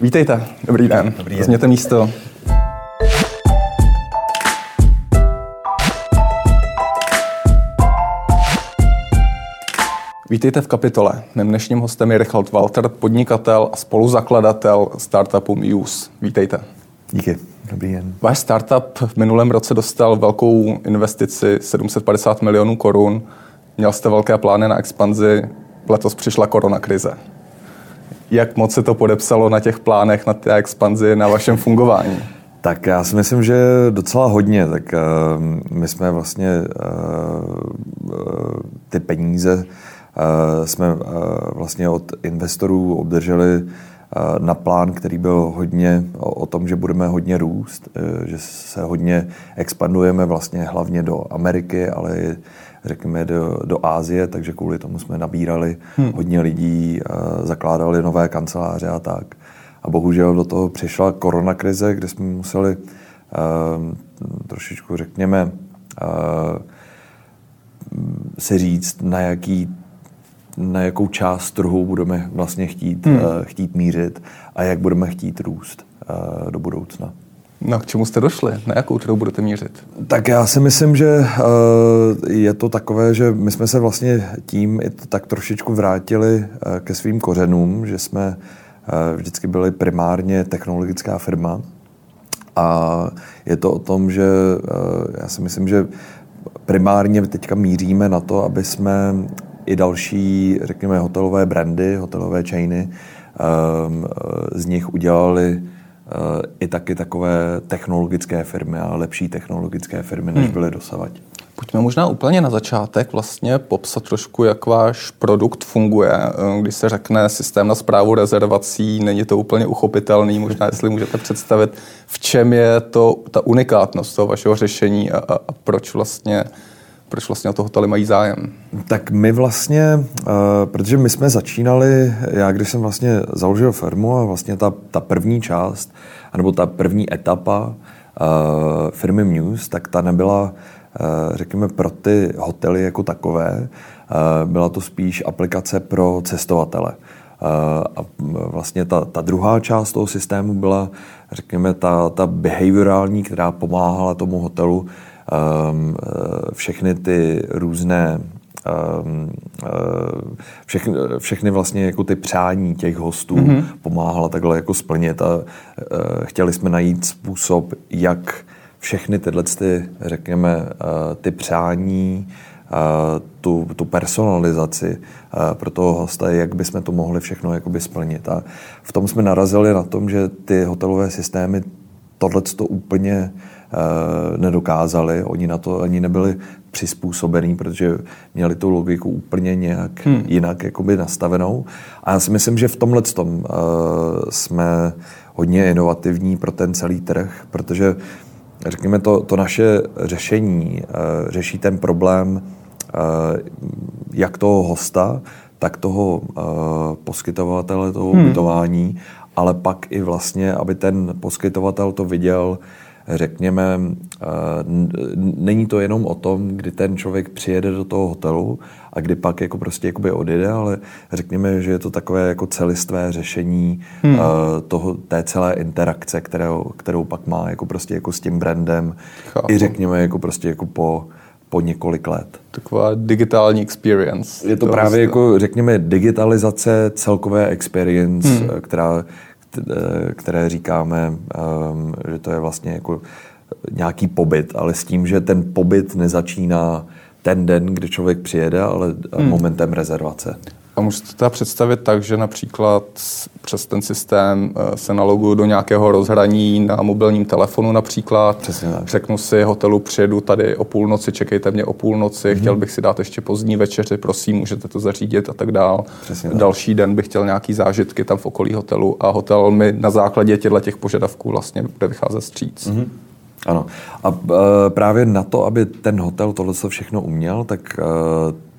Vítejte, dobrý den. Vezměte místo. Vítejte v Kapitole. Mým dnešním hostem je Richard Walter, podnikatel a spoluzakladatel startupu Muse. Vítejte. Díky, dobrý den. Váš startup v minulém roce dostal velkou investici 750 milionů korun. Měl jste velké plány na expanzi, letos přišla koronakrize. Jak moc se to podepsalo na těch plánech, na té expanzi, na vašem fungování? Tak já si myslím, že docela hodně. Tak my jsme vlastně ty peníze jsme vlastně od investorů obdrželi na plán, který byl hodně o tom, že budeme hodně růst, že se hodně expandujeme vlastně hlavně do Ameriky, ale i řekněme do Asie, takže kvůli tomu jsme nabírali hodně lidí, zakládali nové kanceláře a tak. A bohužel do toho přišla koronakrize, kde jsme museli trošičku, řekněme, si říct, na jakou část trhu budeme vlastně chtít mířit a jak budeme chtít růst do budoucna. No, k čemu jste došli? Na jakou trhu budete mířit? Tak já si myslím, že je to takové, že my jsme se vlastně tím i tak trošičku vrátili ke svým kořenům, že jsme vždycky byli primárně technologická firma a je to o tom, že já si myslím, že primárně teďka míříme na to, aby jsme i další, řekněme, hotelové brandy, hotelové chainy, z nich udělali i taky takové technologické firmy a lepší technologické firmy, než byly dosavať. Pojďme možná úplně na začátek vlastně popsat trošku, jak váš produkt funguje. Když se řekne systém na správu rezervací, není to úplně uchopitelný, možná jestli můžete představit, v čem je to ta unikátnost toho vašeho řešení a proč vlastně o to hotely mají zájem? Tak my vlastně, protože my jsme začínali, já když jsem vlastně založil firmu a vlastně ta první část, nebo ta první etapa firmy Muse, tak ta nebyla, řekněme, pro ty hotely jako takové. Byla to spíš aplikace pro cestovatele. A vlastně ta druhá část toho systému byla, řekněme, ta behaviorální, která pomáhala tomu hotelu všechny ty různé všechny vlastně jako ty přání těch hostů pomáhala takhle jako splnit a chtěli jsme najít způsob, jak všechny tyhle řekněme ty přání, tu personalizaci pro toho hosta, jak bychom to mohli všechno jakoby splnit. A v tom jsme narazili na tom, že ty hotelové systémy tohleto úplně nedokázali. Oni na to ani nebyli přizpůsobení, protože měli tu logiku úplně nějak jinak jakoby nastavenou. A já si myslím, že v tomhletom jsme hodně inovativní pro ten celý trh, protože řekněme to naše řešení řeší ten problém jak toho hosta, tak toho poskytovatele toho ubytování, ale pak i vlastně, aby ten poskytovatel to viděl, řekněme, není to jenom o tom, kdy ten člověk přijede do toho hotelu a kdy pak jako prostě jakoby odjede, ale řekněme, že je to takové jako celistvé řešení té celé interakce, kterou pak má jako prostě jako s tím brandem. Chápu. I řekněme jako prostě jako po několik let. Taková digitální experience. Je to právě jako, řekněme, digitalizace celkové experience, které říkáme, že to je vlastně jako nějaký pobyt, ale s tím, že ten pobyt nezačíná ten den, kdy člověk přijede, ale momentem rezervace. A můžete to představit tak, že například přes ten systém se naloguju do nějakého rozhraní na mobilním telefonu například. Přesně tak. Řeknu si hotelu, přijedu tady o půlnoci, čekejte mě o půlnoci, chtěl bych si dát ještě pozdní večeři, prosím, můžete to zařídit a tak dál. Další den bych chtěl nějaký zážitky tam v okolí hotelu a hotel mi na základě těch požadavků vlastně bude vycházet vstříc. Ano. A právě na to, aby ten hotel tohle všechno uměl, tak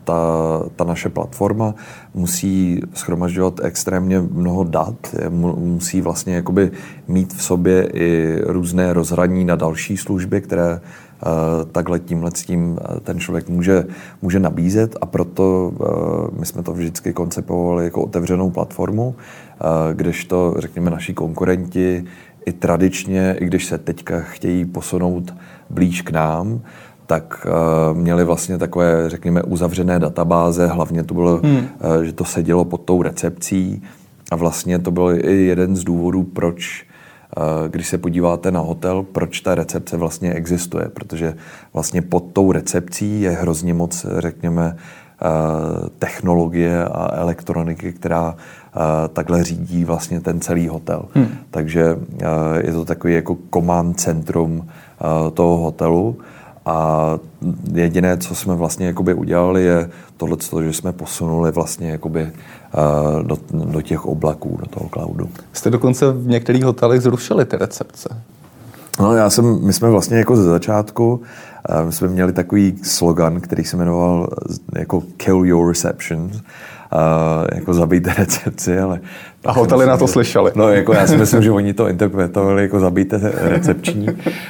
ta naše platforma musí shromažďovat extrémně mnoho dat, musí vlastně jakoby mít v sobě i různé rozhraní na další služby, které takhle tímhletím ten člověk může nabízet, a proto my jsme to vždycky koncipovali jako otevřenou platformu, kdežto, řekněme, naši konkurenti i tradičně, i když se teďka chtějí posunout blíž k nám, tak měli vlastně takové, řekněme, uzavřené databáze, hlavně to bylo, že to sedělo pod tou recepcí, a vlastně to byl i jeden z důvodů, proč, když se podíváte na hotel, proč ta recepce vlastně existuje, protože vlastně pod tou recepcí je hrozně moc, řekněme, technologie a elektroniky, která takhle řídí vlastně ten celý hotel. Takže je to takový jako command centrum toho hotelu. A jediné, co jsme vlastně jakoby udělali, je tohleto, že jsme posunuli vlastně jakoby do těch oblaků, do toho cloudu. Jste dokonce v některých hotelech zrušili ty recepce. No, my jsme vlastně jako ze začátku, my jsme měli takový slogan, který se jmenoval jako Kill Your Receptions, jako zabijte recepci, ale... A hotely na to slyšeli. No, jako já si myslím, že oni to interpretovali jako zabijte recepční.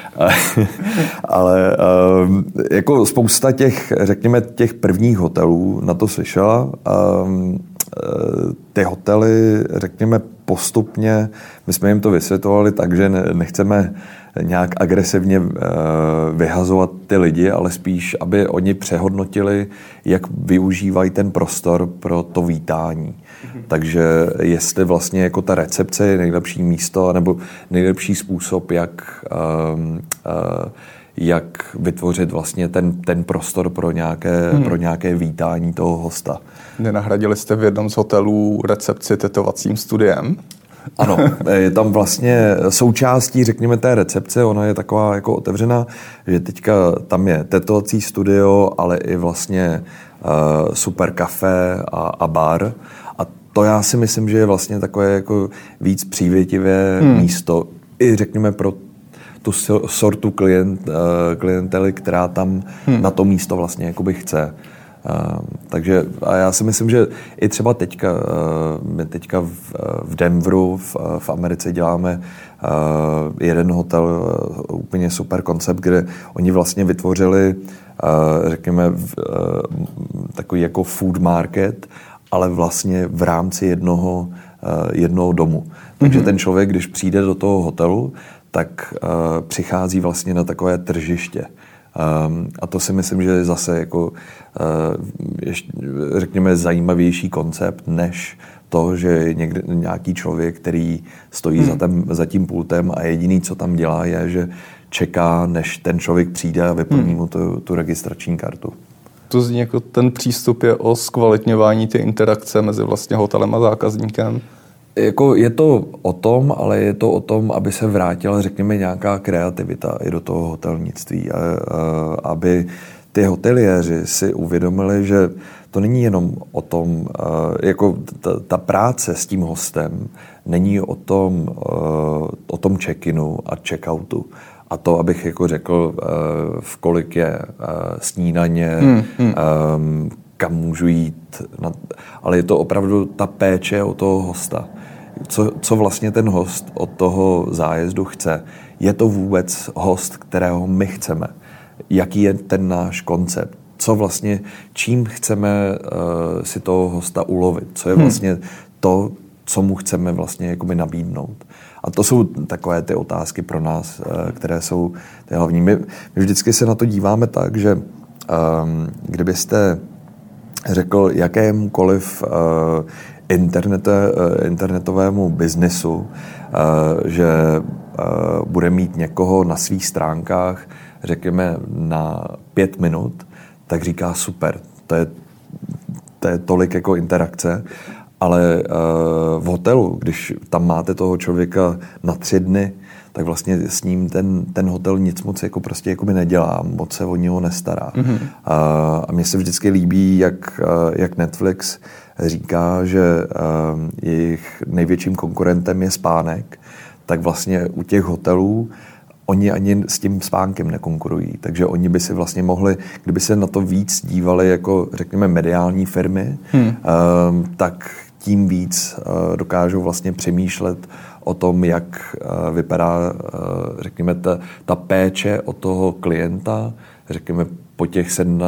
Ale jako spousta těch, řekněme, těch prvních hotelů na to slyšela. Ty hotely, řekněme, postupně, my jsme jim to vysvětlovali tak, že nechceme nějak agresivně vyhazovat ty lidi, ale spíš, aby oni přehodnotili, jak využívají ten prostor pro to vítání. Takže jestli vlastně jako ta recepce je nejlepší místo, nebo nejlepší způsob, jak vytvořit vlastně ten prostor pro nějaké vítání toho hosta. Nenahradili jste v jednom z hotelů recepci tetovacím studiem? Ano, je tam vlastně součástí, řekněme, té recepce, ona je taková jako otevřená, že teďka tam je tetovací studio, ale i vlastně super kafe a bar. A to já si myslím, že je vlastně takové jako víc přívětivé místo, i řekněme pro tu sortu klientely, která tam na to místo vlastně jakoby chce. Takže a já si myslím, že i třeba my teďka v Denveru v Americe děláme jeden hotel, úplně super koncept, kde oni vlastně vytvořili, řekněme, takový jako food market, ale vlastně v rámci jednoho domu. Takže ten člověk, když přijde do toho hotelu, tak přichází vlastně na takové tržiště. A to si myslím, že je zase jako, řekněme, zajímavější koncept, než to, že je nějaký člověk, který stojí za tím pultem a jediný, co tam dělá, je, že čeká, než ten člověk přijde a vyplní mu tu registrační kartu. To zní jako ten přístup je o zkvalitňování té interakce mezi vlastně hotelem a zákazníkem. Jako je to o tom, ale je to o tom, aby se vrátila, řekněme, nějaká kreativita i do toho hotelnictví. Aby ty hoteliéři si uvědomili, že to není jenom o tom, jako ta práce s tím hostem není o tom check-inu a check-outu. A to, abych jako řekl, v kolik je snídaně, kam můžu jít. Ale je to opravdu ta péče o toho hosta. Co vlastně ten host od toho zájezdu chce? Je to vůbec host, kterého my chceme? Jaký je ten náš koncept? Co vlastně, čím chceme si toho hosta ulovit? Co je vlastně to, co mu chceme vlastně jakoby nabídnout? A to jsou takové ty otázky pro nás, které jsou ty hlavní. My vždycky se na to díváme tak, že kdybyste řekl jakémukoliv internetovému biznesu, že bude mít někoho na svých stránkách, řekněme, na 5 minut, tak říká super, to je tolik jako interakce, ale v hotelu, když tam máte toho člověka na 3 dny, tak vlastně s ním ten hotel nic moc jako prostě jakoby nedělá, moc se o něho nestará. A mně se vždycky líbí, jak Netflix říká, že jejich největším konkurentem je spánek, tak vlastně u těch hotelů oni ani s tím spánkem nekonkurují, takže oni by si vlastně mohli, kdyby se na to víc dívali jako, řekněme, mediální firmy, tak tím víc dokážou vlastně přemýšlet o tom, jak vypadá, řekněme, ta péče o toho klienta, řekněme, po těch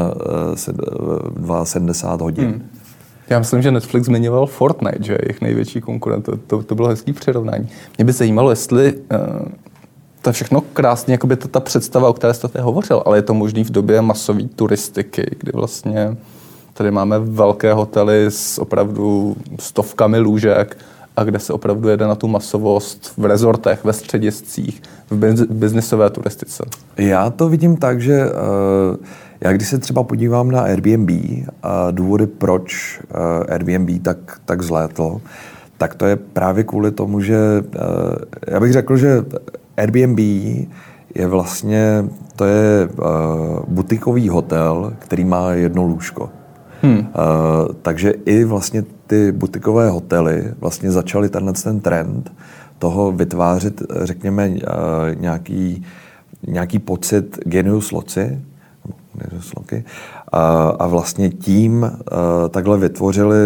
72 hodin. Já myslím, že Netflix zmiňoval Fortnite, že je jejich největší konkurent. To bylo hezký přirovnání. Mě by zajímalo, jestli to je všechno krásně, jakoby ta představa, o které jste hovořil, ale je to možný v době masové turistiky, kdy vlastně tady máme velké hotely s opravdu stovkami lůžek a kde se opravdu jede na tu masovost v rezortech, ve střediscích, v biznisové turistice. Já to vidím tak, že já když se třeba podívám na Airbnb a důvody, proč Airbnb tak zlétlo, tak to je právě kvůli tomu, že já bych řekl, že Airbnb je vlastně, to je butikový hotel, který má jedno lůžko. Takže i vlastně ty butikové hotely vlastně začaly ten trend toho vytvářet, řekněme, nějaký pocit genius loci, a vlastně tím takhle vytvořili,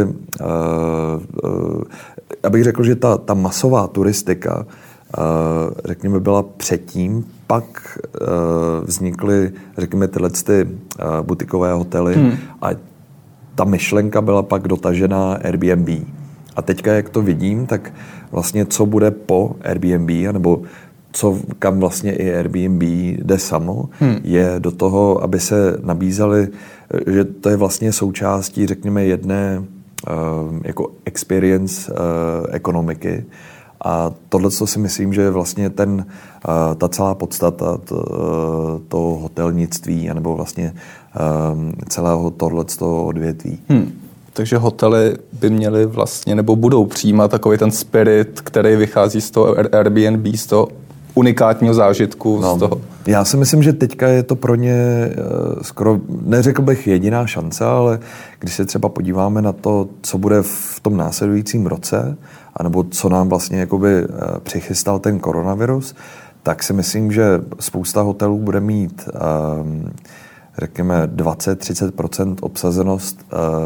abych řekl, že ta masová turistika, řekněme, byla předtím, pak vznikly, řekněme, tyhle butikové hotely a ta myšlenka byla pak dotažená Airbnb. A teďka, jak to vidím, tak vlastně co bude po Airbnb, nebo kam vlastně i Airbnb jde samo, je do toho, aby se nabízely, že to je vlastně součástí, řekněme, jedné jako experience ekonomiky. A tohle si myslím, že je vlastně ta celá podstata toho hotelnictví, anebo vlastně celého tohleto odvětví. Takže hotely by měly vlastně, nebo budou přijímat takový ten spirit, který vychází z toho Airbnb, z toho unikátního zážitku. Z toho. Já si myslím, že teďka je to pro ně skoro, neřekl bych jediná šance, ale když se třeba podíváme na to, co bude v tom následujícím roce, anebo co nám vlastně jakoby přichystal ten koronavirus, tak si myslím, že spousta hotelů bude mít řekněme 20-30% obsazenost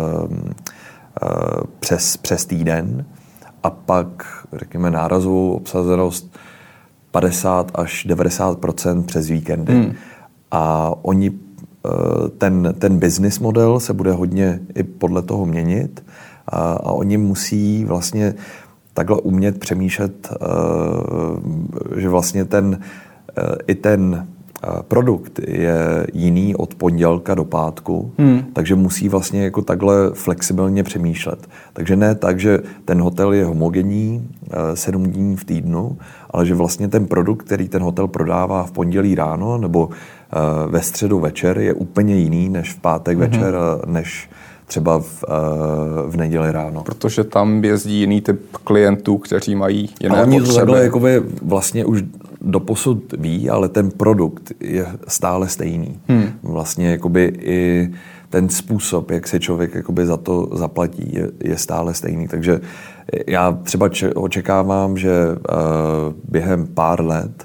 přes týden a pak řekněme nárazovou obsazenost 50 až 90% přes víkendy. A oni ten business model se bude hodně i podle toho měnit a oni musí vlastně takhle umět přemýšlet, že vlastně ten produkt je jiný od pondělka do pátku, takže musí vlastně jako takhle flexibilně přemýšlet. Takže ne tak, že ten hotel je homogenní 7 dní v týdnu, ale že vlastně ten produkt, který ten hotel prodává v pondělí ráno nebo ve středu večer, je úplně jiný než v pátek večer, než třeba v neděli ráno. Protože tam jezdí jiný typ klientů, kteří mají jiné potřeby. A oni to takhle jakoby vlastně už doposud ví, ale ten produkt je stále stejný. Vlastně jakoby i ten způsob, jak se člověk jakoby za to zaplatí, je stále stejný. Takže já třeba očekávám, že během pár let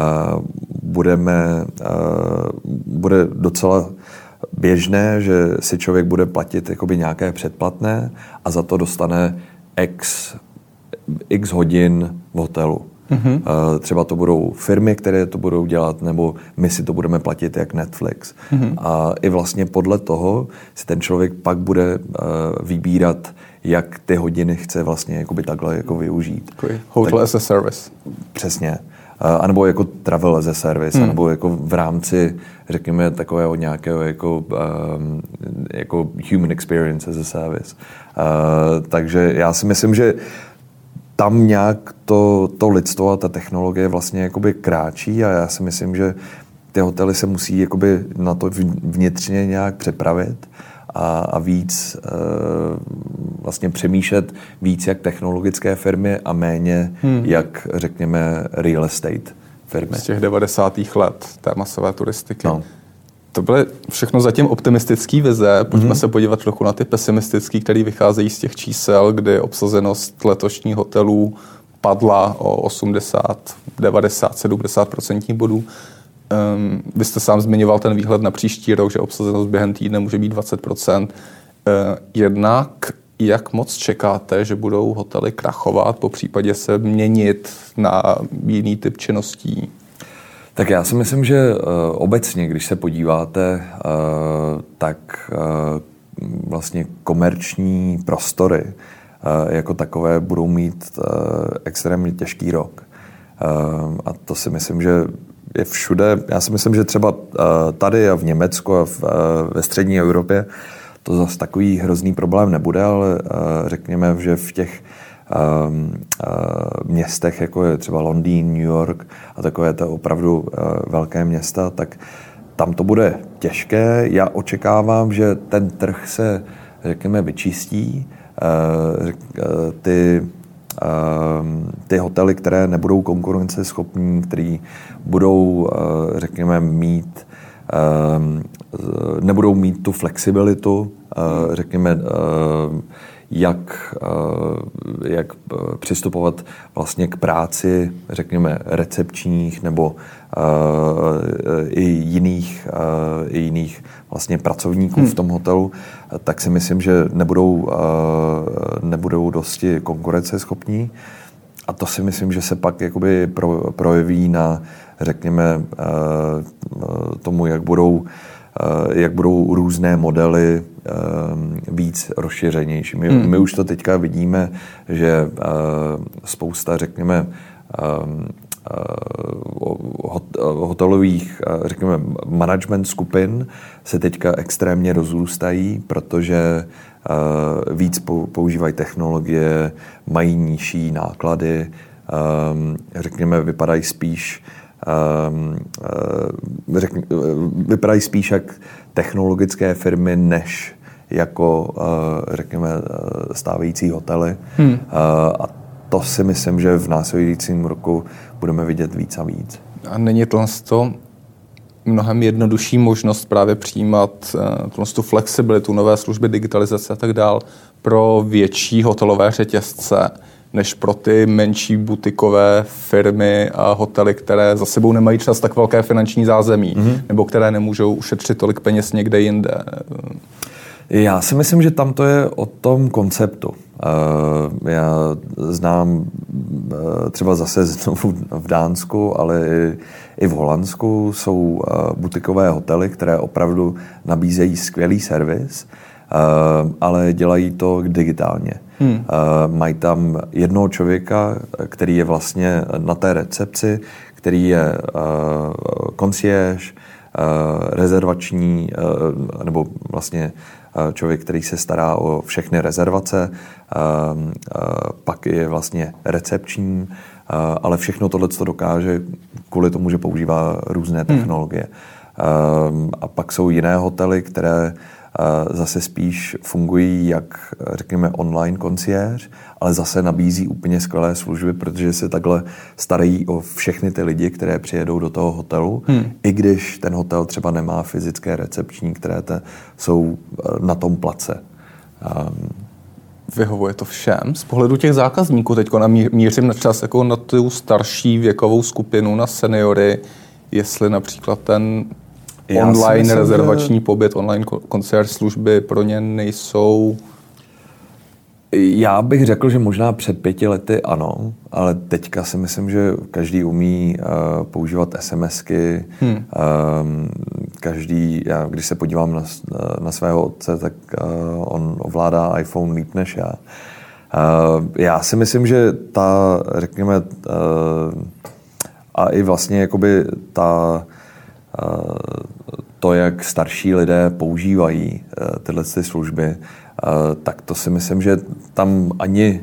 bude docela běžné, že si člověk bude platit jakoby nějaké předplatné a za to dostane x hodin v hotelu. Třeba to budou firmy, které to budou dělat, nebo my si to budeme platit jak Netflix. A i vlastně podle toho si ten člověk pak bude vybírat, jak ty hodiny chce vlastně jakoby takhle jako využít. Hotel as a service. Přesně. A nebo jako travel as a service, nebo jako v rámci, řekněme, takového nějakého jako human experience as a service. Takže já si myslím, že tam nějak to lidstvo a ta technologie vlastně jakoby kráčí a já si myslím, že ty hotely se musí jakoby na to vnitřně nějak přepravit a víc vlastně přemýšlet víc jak technologické firmy a méně jak, řekněme, real estate firmy. Z těch 90. let té masové turistiky. No. To byly všechno zatím optimistické vize. Pojďme se podívat trochu na ty pesimistické, které vycházejí z těch čísel, kdy obsazenost letošních hotelů padla o 80, 90, 70% bodů. Vy jste sám zmiňoval ten výhled na příští rok, že obsazenost během týdne může být 20%. Jednak jak moc čekáte, že budou hotely krachovat, po případě se měnit na jiný typ činností? Tak já si myslím, že obecně, když se podíváte, tak vlastně komerční prostory jako takové budou mít extrémně těžký rok. A to si myslím, že je všude. Já si myslím, že třeba tady a v Německu a ve střední Evropě to zase takový hrozný problém nebude, ale řekněme, že v těch městech, jako je třeba Londýn, New York a takové to opravdu velké města, tak tam to bude těžké. Já očekávám, že ten trh se, řekněme, vyčistí. Ty hotely, které nebudou konkurenceschopní, které budou, řekněme, nebudou mít tu flexibilitu, řekněme, jak přistupovat vlastně k práci, řekněme, recepčních nebo i jiných vlastně pracovníků v tom hotelu, tak si myslím, že nebudou dosti konkurenceschopní. A to si myslím, že se pak jakoby projeví na, řekněme, tomu, jak budou různé modely víc rozšířenější. My už to teďka vidíme, že spousta, řekněme, hotelových, řekněme, management skupin se teďka extrémně rozrůstají, protože víc používají technologie, mají nižší náklady, řekněme, vypadají spíš jak technologické firmy, než jako, řekněme, stávající hotely. A to si myslím, že v následujícím roku budeme vidět víc a víc. A není to mnohem jednodušší možnost právě přijímat tu flexibilitu, nové služby, digitalizace a tak dál pro větší hotelové řetězce, než pro ty menší butikové firmy a hotely, které za sebou nemají čas tak velké finanční zázemí, nebo které nemůžou ušetřit tolik peněz někde jinde? Já si myslím, že tam to je o tom konceptu. Já znám třeba zase znovu v Dánsku, ale i v Holandsku jsou butikové hotely, které opravdu nabízejí skvělý servis, ale dělají to digitálně. Mají tam jednoho člověka, který je vlastně na té recepci, který je concierge, rezervační, nebo vlastně člověk, který se stará o všechny rezervace, pak je vlastně recepční, ale všechno tohle to dokáže kvůli tomu, že používá různé technologie. A pak jsou jiné hotely, které zase spíš fungují jak, řekněme, online concierge, ale zase nabízí úplně skvělé služby, protože se takhle starají o všechny ty lidi, které přijedou do toho hotelu, i když ten hotel třeba nemá fyzické recepční, které jsou na tom place. Vyhovuje to všem? Z pohledu těch zákazníků teďko mířím na čas jako na tu starší věkovou skupinu, na seniory, jestli například ten online rezervační pobyt, online concierge služby pro ně nejsou. Já bych řekl, že možná před 5 lety ano, ale teďka si myslím, že každý umí používat SMSky. Když se podívám na svého otce, tak on ovládá iPhone líp než já. Já si myslím, že řekněme, a i vlastně jakoby to, jak starší lidé používají tyhle služby, tak to si myslím, že tam ani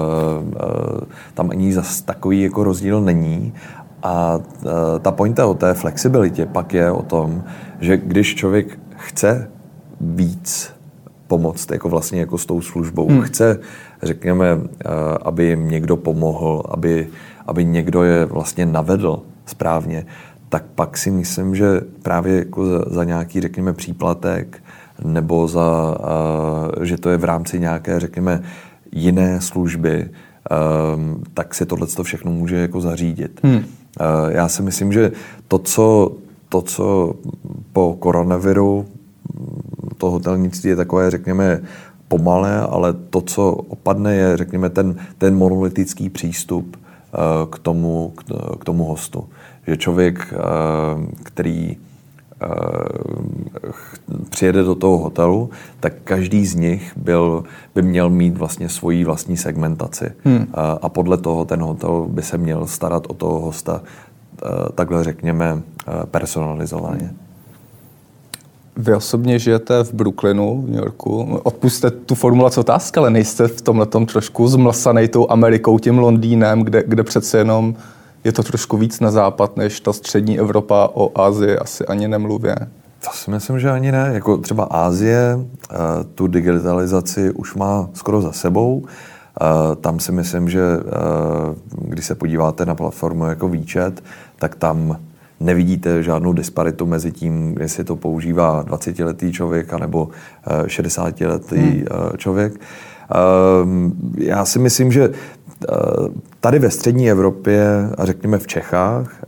zas takový jako rozdíl není. A ta pointa o té flexibilitě pak je o tom, že když člověk chce víc pomoct, jako vlastně jako s tou službou, chce, řekněme, aby jim někdo pomohl, aby někdo je vlastně navedl správně, tak pak si myslím, že právě jako za nějaký, řekněme, příplatek nebo že to je v rámci nějaké, řekněme, jiné služby, tak si tohleto všechno může jako zařídit. Já si myslím, že to, co po koronaviru, to hotelnictví je takové, řekněme, pomalé, ale to, co opadne, je, řekněme, ten monolitický přístup k tomu hostu. Že člověk, který přijede do toho hotelu, tak každý z nich by měl mít vlastně svoji vlastní segmentaci. A podle toho ten hotel by se měl starat o toho hosta takhle, řekněme, personalizovaně. Vy osobně žijete v Brooklynu, v New Yorku. Odpusťte tu formulaci otázky, ale nejste v tomhletom trošku zmlsanej tou Amerikou, tím Londýnem, kde přece jenom je to trošku víc na západ, než ta střední Evropa, o Asii asi ani nemluvě. To si myslím, že ani ne. Jako třeba Asie tu digitalizaci už má skoro za sebou. Tam si myslím, že když se podíváte na platformu jako WeChat, tak tam nevidíte žádnou disparitu mezi tím, jestli to používá 20letý člověk anebo 60letý člověk. Já si myslím, že tady ve střední Evropě a řekněme v Čechách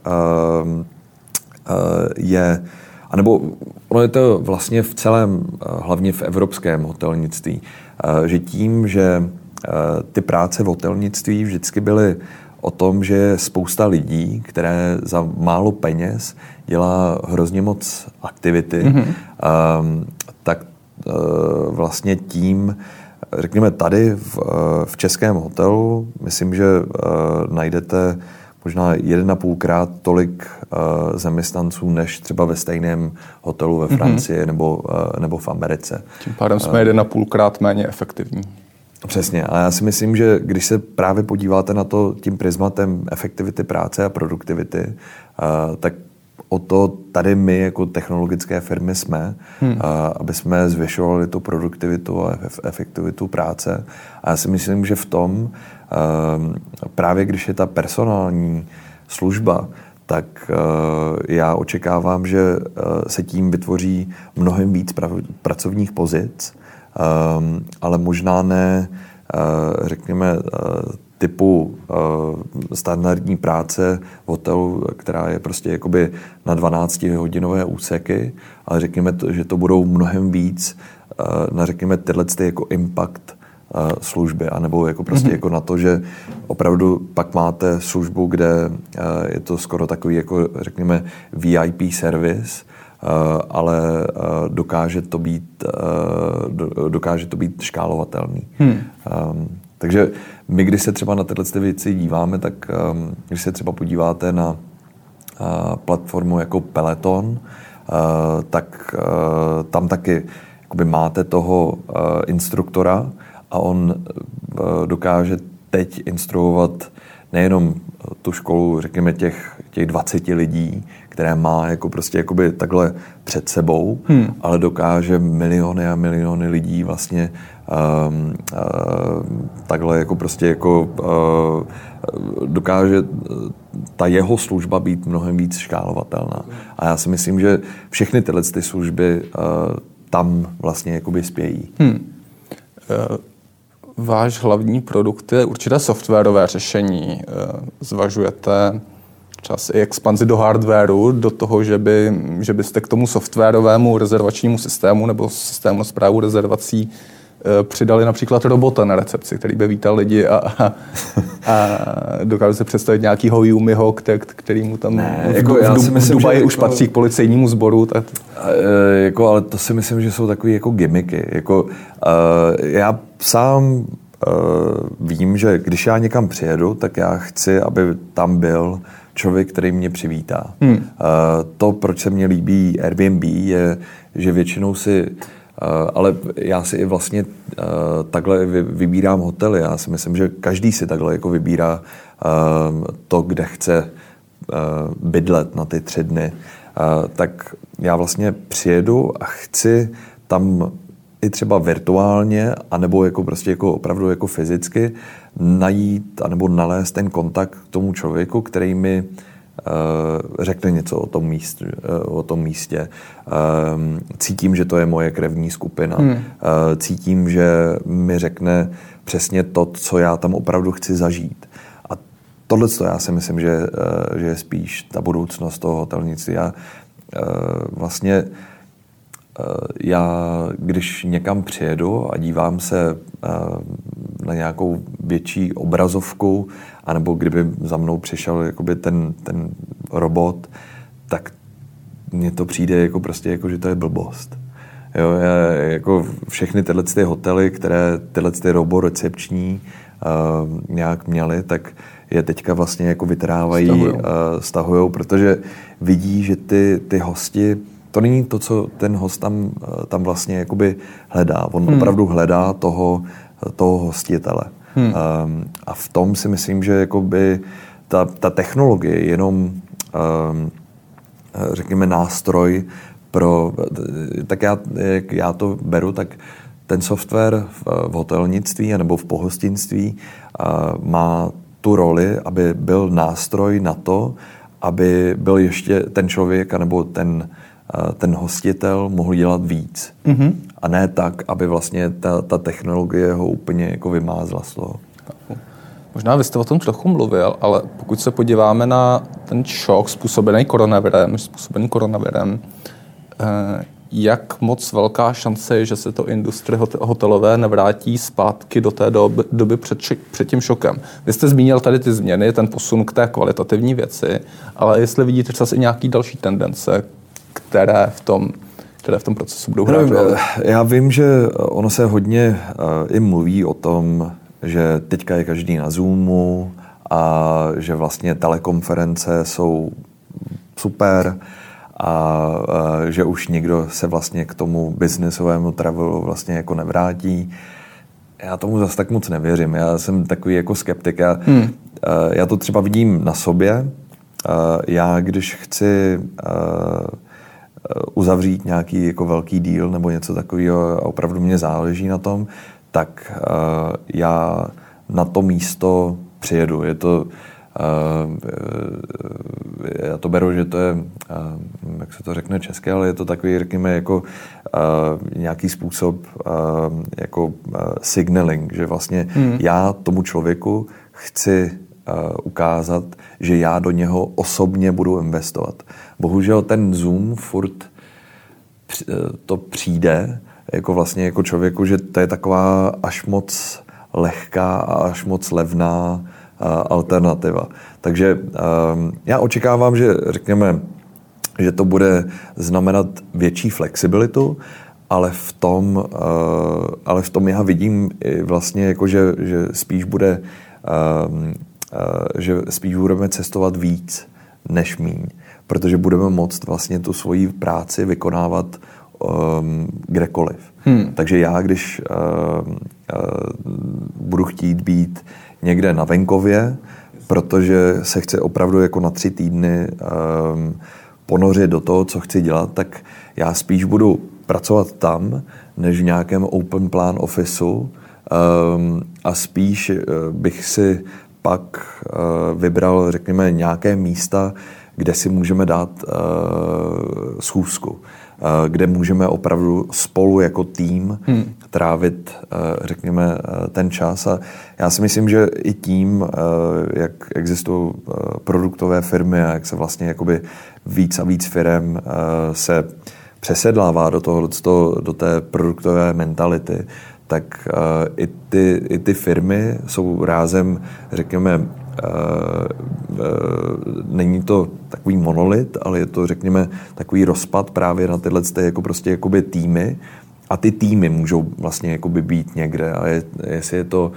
je, anebo ono je to vlastně v celém, hlavně v evropském hotelnictví, že tím, že ty práce v hotelnictví vždycky byly o tom, že je spousta lidí, které za málo peněz dělá hrozně moc aktivity, tak vlastně tím, řekněme tady v českém hotelu, myslím, že najdete možná 1,5krát tolik zaměstnanců, než třeba ve stejném hotelu ve Francii nebo v Americe. Tím pádem jsme 1,5krát méně efektivní. Přesně. A já si myslím, že když se právě podíváte na to tím prismatem efektivity práce a produktivity, tak o to tady my jako technologické firmy jsme, aby jsme zvyšovali tu produktivitu a efektivitu práce. A já si myslím, že v tom, právě když je ta personální služba, tak já očekávám, že se tím vytvoří mnohem víc pracovních pozic, ale možná ne, řekněme, typu standardní práce v hotelu, která je prostě jakoby na 12hodinové úseky, ale řekněme, že to budou mnohem víc na, řekněme, tyhle jako impact služby, anebo jako prostě jako na to, že opravdu pak máte službu, kde je to skoro takový, jako řekněme, VIP service, ale dokáže to být škálovatelný. Takže my, když se třeba na tyhle věci díváme, tak když se třeba podíváte na platformu jako Peloton, tak tam taky jakoby máte toho instruktora a on dokáže teď instruovat nejenom tu školu, řekněme, těch 20 lidí, které má jako prostě jakoby takhle před sebou, ale dokáže miliony a miliony lidí vlastně takhle jako prostě jako dokáže ta jeho služba být mnohem víc škálovatelná. A já si myslím, že všechny tyhle ty služby tam vlastně jakoby spějí. Váš hlavní produkt je určité softwarové řešení. Zvažujete třeba i expanzi do hardwareu, do toho, že byste k tomu softwarovému rezervačnímu systému nebo systému na správu rezervací přidali například robota na recepci, který by vítal lidi a dokážu si představit nějakýho Yumiho, který mu tam v Dubaji už patří k policejnímu sboru. Tak... ale to si myslím, že jsou takový jako gimmicky. Já sám vím, že když já někam přijedu, tak já chci, aby tam byl člověk, který mě přivítá. To, proč se mně líbí Airbnb, je, že většinou ale já si i vlastně takhle vybírám hotely. Já si myslím, že každý si takhle jako vybírá to, kde chce bydlet na ty 3 dny. Tak já vlastně přijedu a chci tam i třeba virtuálně, anebo jako prostě jako opravdu jako fyzicky najít, anebo nalézt ten kontakt k tomu člověku, který mi řekne něco o tom místě. Cítím, že to je moje krevní skupina. Cítím, že mi řekne přesně to, co já tam opravdu chci zažít. A tohle já si myslím, že je spíš ta budoucnost toho hotelnictví. Já, když někam přijedu a dívám se na nějakou větší obrazovku, anebo kdyby za mnou přišel jakoby ten robot, tak mně to přijde jako prostě jako, že to je blbost. Jo, jako všechny tyhle hotely, které tyhle roborecepční nějak měly, tak je teďka vlastně jako vytrávají, stahujou, protože vidí, že ty hosti, to není to, co ten host tam vlastně jakoby hledá. On opravdu hledá toho hostitele. A v tom si myslím, že jakoby ta technologie je jenom řekněme nástroj pro, tak já to beru, tak ten software v hotelnictví nebo v pohostinství má tu roli, aby byl nástroj na to, aby byl ještě ten člověk nebo ten hostitel mohl dělat víc. Mm-hmm. A ne tak, aby vlastně ta technologie ho úplně jako vymázla z toho. Možná vy jste o tom trochu mluvil, ale pokud se podíváme na ten šok způsobený koronavirem, jak moc velká šance je, že se to industrie hotelové nevrátí zpátky do té doby před tím šokem. Vy jste zmínil tady ty změny, ten posun k té kvalitativní věci, ale jestli vidíte třeba i nějaký další tendence, které v tom procesu budou hrát roli? Já vím, že ono se hodně i mluví o tom, že teďka je každý na Zoomu a že vlastně telekonference jsou super a že už nikdo se vlastně k tomu businessovému travelu vlastně jako nevrátí. Já tomu zase tak moc nevěřím. Já jsem takový jako skeptik. Já to třeba vidím na sobě. Já když chci uzavřít nějaký jako velký deal nebo něco takového a opravdu mě záleží na tom, tak já na to místo přijedu. Je to, já to beru, že to je, jak se to řekne česky, ale je to takový, řekněme, jako nějaký způsob jako signaling, že vlastně já tomu člověku chci ukázat, že já do něho osobně budu investovat. Bohužel ten Zoom furt to přijde jako vlastně jako člověku, že to je taková až moc lehká a až moc levná alternativa. Takže já očekávám, že řekněme, že to bude znamenat větší flexibilitu, ale v tom já vidím vlastně jako, že spíš bude že spíš budeme cestovat víc než míň, protože budeme moct vlastně tu svoji práci vykonávat kdekoliv. Takže já, když budu chtít být někde na venkově, protože se chci opravdu jako na 3 týdny ponořit do toho, co chci dělat, tak já spíš budu pracovat tam, než v nějakém open plan officeu a spíš bych si pak vybral, řekněme, nějaké místa, kde si můžeme dát schůzku, kde můžeme opravdu spolu jako tým trávit, řekněme, ten čas. A já si myslím, že i tím, jak existují produktové firmy a jak se vlastně jakoby víc a víc firem se přesedlává do té produktové mentality, tak i ty firmy jsou rázem, řekněme, není to takový monolit, ale je to, řekněme, takový rozpad právě na tyhle jako prostě jakoby týmy a ty týmy můžou vlastně jakoby být někde a jestli je to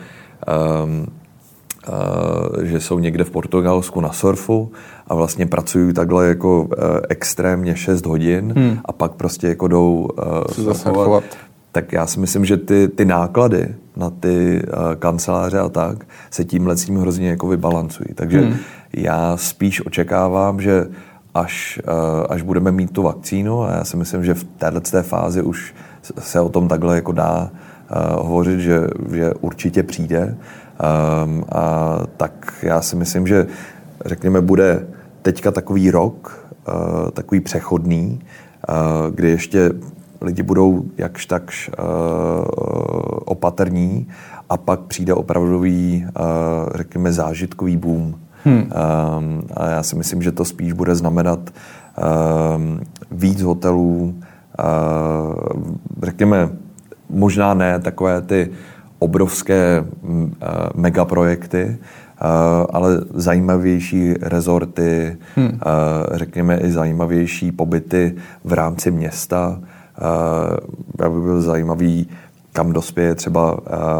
že jsou někde v Portugalsku na surfu a vlastně pracují takhle jako extrémně 6 hodin a pak prostě jako jdou surfovat. Tak já si myslím, že ty náklady na ty kanceláře a tak se tímhle tím hrozně jako vybalancují. Takže já spíš očekávám, že až budeme mít tu vakcínu, a já si myslím, že v této fázi už se o tom takhle jako dá hovořit, že určitě přijde, a tak já si myslím, že řekněme bude teďka takový rok, takový přechodný, kdy ještě lidi budou jakž takž opatrní a pak přijde opravdový, řekněme, zážitkový boom. A já si myslím, že to spíš bude znamenat víc hotelů, řekněme, možná ne takové ty obrovské megaprojekty, ale zajímavější rezorty, řekněme i zajímavější pobyty v rámci města. By byl zajímavý, kam dospěje třeba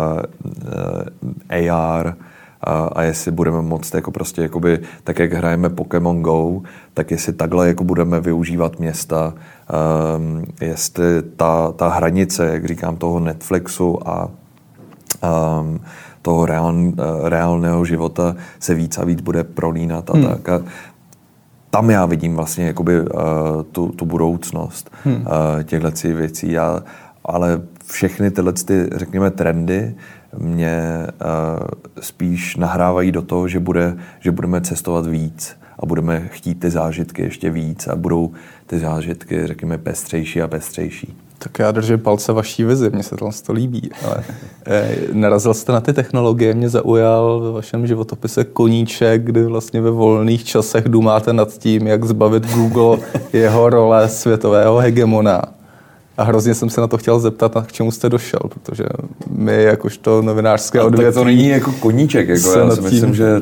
AR, a jestli budeme moct jako prostě jakoby, tak jak hrajeme Pokémon Go, tak jestli takhle jako budeme využívat města, jestli ta hranice, jak říkám, toho Netflixu a toho reálného života se víc a víc bude prolínat a tak. A tam já vidím vlastně jakoby tu budoucnost těchto věcí. Ale všechny tyhle, řekněme, trendy mě spíš nahrávají do toho, že budeme cestovat víc a budeme chtít ty zážitky ještě víc a budou ty zážitky, řekněme, pestřejší a pestřejší. Tak já držím palce vaší vizi, mně se to líbí. Ale narazil jste na ty technologie, mě zaujal ve vašem životopise koníček, kdy vlastně ve volných časech dumáte nad tím, jak zbavit Google jeho role světového hegemona. A hrozně jsem se na to chtěl zeptat, k čemu jste došel, protože my jakožto novinářské odvětví... Tak to není jako koníček, jako já si myslím, že...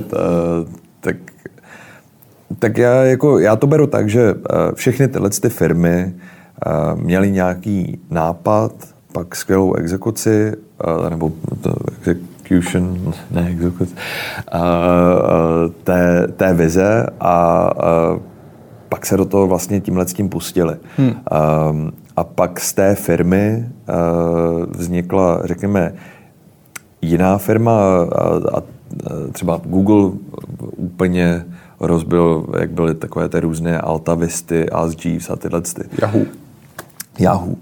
Tak já to beru tak, že všechny tyhle firmy měly nějaký nápad, pak skvělou exekuci, nebo execution, ne exekuci, té vize a pak se do toho vlastně tímhletím pustili. A pak z té firmy vznikla, řekněme, jiná firma a třeba Google úplně rozbil, jak byly takové ty různé AltaVisty, Ask Jeeves a tyhle. Yahoo.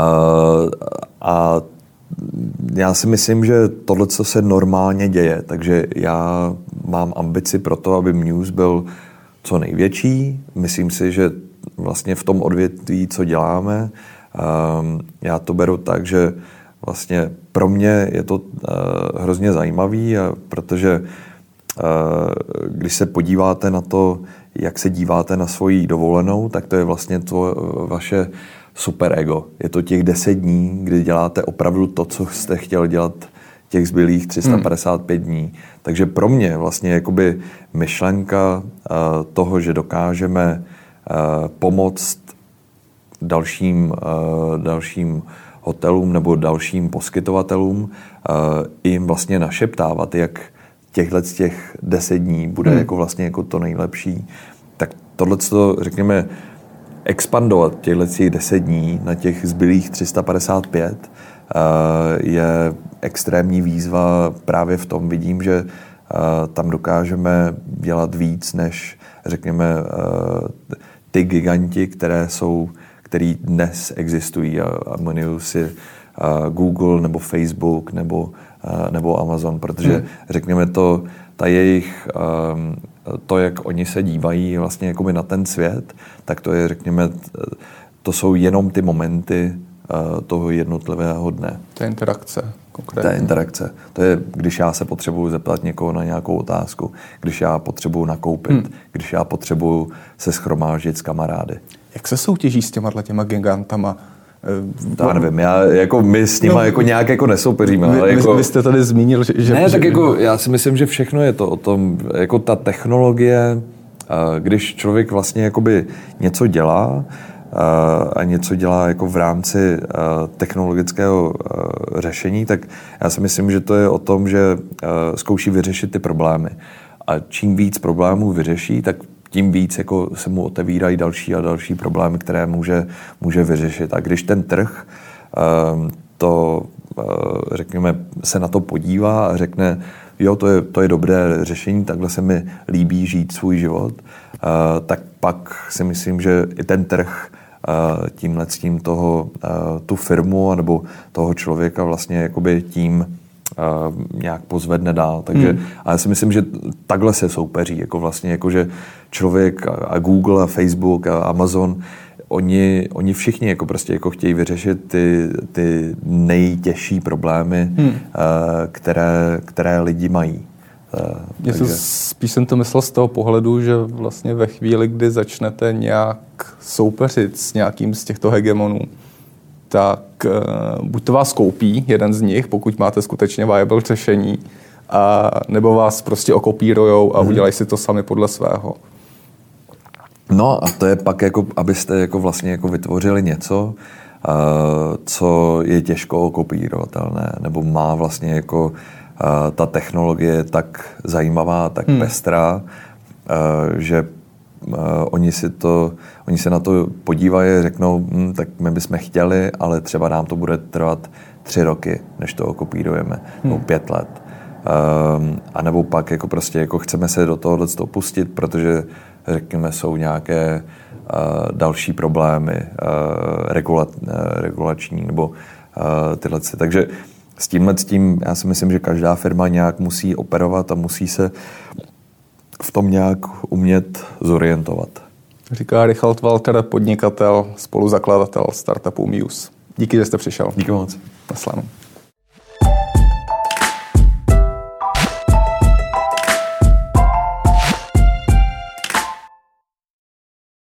A já si myslím, že tohle, co se normálně děje, takže já mám ambici pro to, aby Muse byl co největší. Myslím si, že vlastně v tom odvětví, co děláme, já to beru tak, že vlastně pro mě je to hrozně zajímavý, protože když se podíváte na to, jak se díváte na svoji dovolenou, tak to je vlastně to vaše superego. Je to těch 10 dní, kdy děláte opravdu to, co jste chtěl dělat těch zbylých 355 dní. Takže pro mě vlastně jakoby myšlenka toho, že dokážeme pomoct dalším hotelům nebo dalším poskytovatelům jim vlastně našeptávat, jak těch 10 dní bude jako vlastně jako to nejlepší. Tak tohleto, řekněme, expandovat těch 10 dní na těch zbylých 355 je extrémní výzva. Právě v tom vidím, že tam dokážeme dělat víc, než řekněme ty giganti, který dnes existují a jmenují si Google nebo Facebook nebo Amazon, protože řekněme ta jejich to, jak oni se dívají vlastně jakoby na ten svět, tak to je, řekněme, to jsou jenom ty momenty toho jednotlivého dne. To je interakce. Konkrétně. To je interakce. To je, když já se potřebuju zeptat někoho na nějakou otázku, když já potřebuju nakoupit, když já potřebuju se shromáždit s kamarády. Jak se soutěží s těma gigantama? Já nevím, my s nima jako nějak jako nesoupeříme. Vy jste tady zmínil, že... Ne, tak jako já si myslím, že všechno je to o tom, jako ta technologie, když člověk vlastně jakoby něco dělá a něco dělá jako v rámci technologického řešení, tak já si myslím, že to je o tom, že zkouší vyřešit ty problémy. A čím víc problémů vyřeší, tak tím víc jako se mu otevírají další a další problémy, které může vyřešit. A když ten trh řekněme, se na to podívá a řekne, jo, to je dobré řešení, takhle se mi líbí žít svůj život, tak pak si myslím, že i ten trh tímhletím tu firmu anebo toho člověka vlastně jakoby tím nějak pozvedne dál. Takže a já si myslím, že takhle se soupeří, jako vlastně, jako že člověk a Google a Facebook a Amazon, oni všichni jako prostě jako chtějí vyřešit ty nejtěžší problémy, které lidi mají. Spíš jsem to myslel z toho pohledu, že vlastně ve chvíli, kdy začnete nějak soupeřit s nějakým z těchto hegemonů, tak buď to vás koupí jeden z nich, pokud máte skutečně viable řešení, nebo vás prostě okopírujou a udělají si to sami podle svého. No a to je pak, jako, abyste jako vlastně jako vytvořili něco, co je těžko okopírovatelné, nebo má vlastně jako ta technologie tak zajímavá, tak pestrá, že oni se na to podívají, řeknou, tak my bychom chtěli, ale třeba nám to bude trvat 3 roky, než to okopírujeme, nebo 5 let. A nebo pak jako prostě jako chceme se do tohohle pustit, protože řekněme jsou nějaké další problémy regulační nebo tyhle. Takže s tím já si myslím, že každá firma nějak musí operovat a musí se v tom nějak umět zorientovat. Říká Richard Walter, podnikatel, spoluzakladatel startupu Muse. Díky, že jste přišel. Díky moc. Naschledanou.